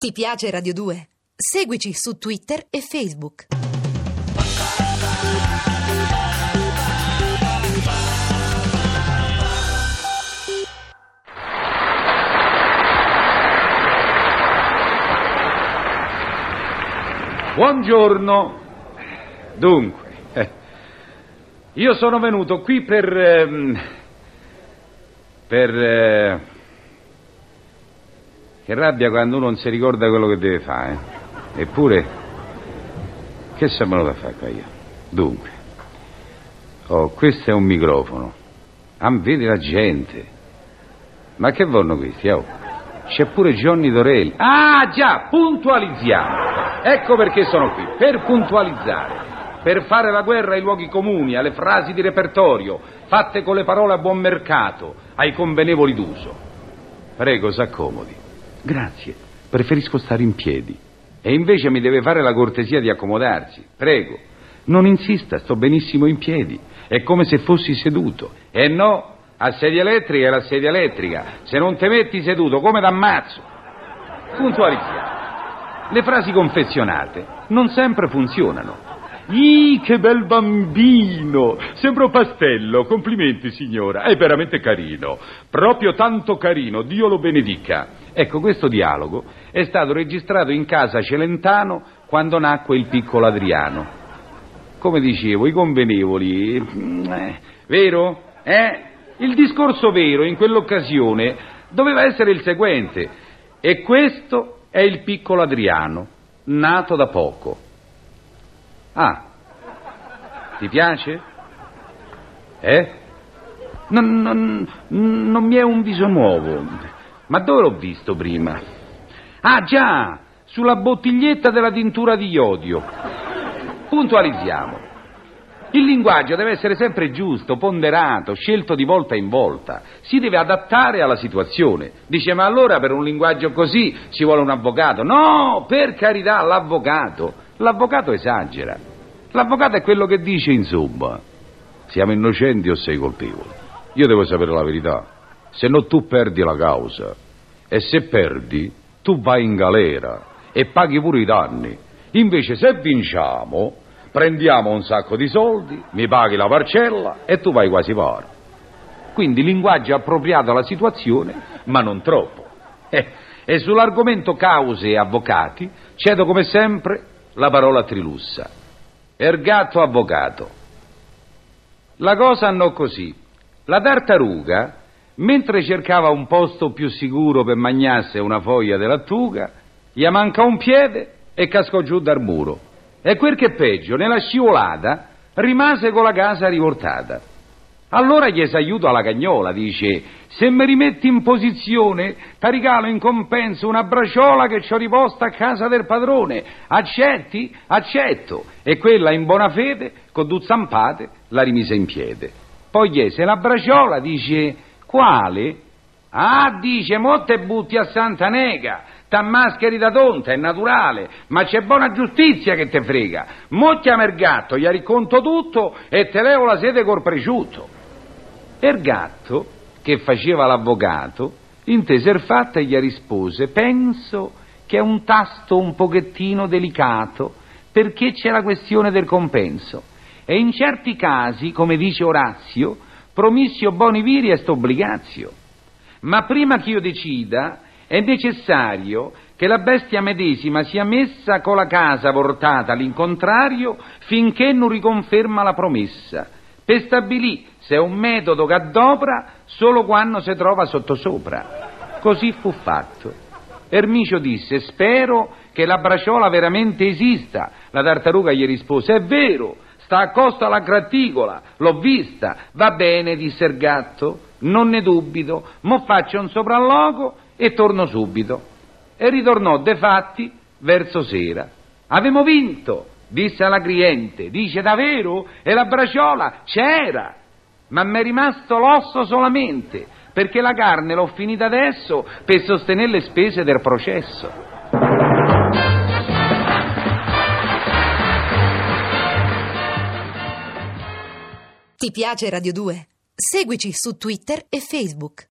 Ti piace Radio 2? Seguici su Twitter e Facebook. Buongiorno. Dunque, io sono venuto qui Che rabbia quando uno non si ricorda quello che deve fare. Eppure, che sono venuto a fare qua io? Dunque, questo è un microfono. Vedi la gente. Ma che vogliono questi? C'è pure Johnny Dorelli. Ah, già, puntualizziamo. Ecco perché sono qui, per puntualizzare, per fare la guerra ai luoghi comuni, alle frasi di repertorio, fatte con le parole a buon mercato, ai convenevoli d'uso. Prego, s'accomodi. Grazie, preferisco stare in piedi. E invece mi deve fare la cortesia di accomodarsi. Prego, non insista, sto benissimo in piedi. È come se fossi seduto. E no, a sedia elettrica è la sedia elettrica. Se non te metti seduto, come t'ammazzo. Puntualizziamo. Le frasi confezionate non sempre funzionano. Che bel bambino! Sembra un pastello, complimenti signora, è veramente carino, proprio tanto carino, Dio lo benedica. Ecco, questo dialogo è stato registrato in casa Celentano quando nacque il piccolo Adriano. Come dicevo, i convenevoli, vero? Il discorso vero in quell'occasione doveva essere il seguente: e questo è il piccolo Adriano, nato da poco. Ti piace? Non mi è un viso nuovo. Ma dove l'ho visto prima? Già, sulla bottiglietta della tintura di iodio. Puntualizziamo. Il linguaggio deve essere sempre giusto, ponderato, scelto di volta in volta. Si deve adattare alla situazione. Dice, ma allora per un linguaggio così ci vuole un avvocato? No, per carità, l'avvocato esagera. L'avvocato è quello che dice, insomma, siamo innocenti o sei colpevole. Io devo sapere la verità, se no tu perdi la causa. E se perdi, tu vai in galera e paghi pure i danni. Invece se vinciamo, prendiamo un sacco di soldi, mi paghi la parcella e tu vai quasi paro. Quindi linguaggio appropriato alla situazione, ma non troppo. E sull'argomento cause e avvocati cedo come sempre la parola a Trilussa. Ergatto avvocato. La cosa andò così. La tartaruga, mentre cercava un posto più sicuro per mangiarsi una foglia di lattuga, gli manca un piede e cascò giù dal muro. E quel che è peggio, nella scivolata rimase con la casa rivoltata. Allora gli s'aiuto alla cagnola, dice: se mi rimetti in posizione, ti regalo in compenso una braciola che c'ho riposta a casa del padrone. Accetti? Accetto. E quella, in buona fede, con due zampate, la rimise in piede. Poi chiese la braciola, dice: quale? Dice, mo te butti a Santa Nega, t'ammascheri da tonta, è naturale, ma c'è buona giustizia che te frega. Mo chiama il gatto, gli riconto tutto e te levo la sede col presciutto. E il gatto, che faceva l'avvocato, intese il fatto e gli rispose: penso che è un tasto un pochettino delicato, perché c'è la questione del compenso. E in certi casi, come dice Orazio, promissio boni viri est obligatio. Ma prima che io decida, è necessario che la bestia medesima sia messa con la casa portata all'incontrario finché non riconferma la promessa, per stabilire se è un metodo che adopera solo quando si trova sottosopra. Così fu fatto. Ermicio disse: spero che la braciola veramente esista. La tartaruga gli rispose: è vero, sta accosto alla graticola, l'ho vista. Va bene, disse il gatto, non ne dubito, mo faccio un sopralluogo e torno subito. E ritornò defatti verso sera. Avemo vinto, disse alla cliente. Dice: davvero? E la braciola c'era, ma m'è rimasto l'osso solamente, perché la carne l'ho finita adesso per sostenere le spese del processo. Ti piace Radio 2? Seguici su Twitter e Facebook.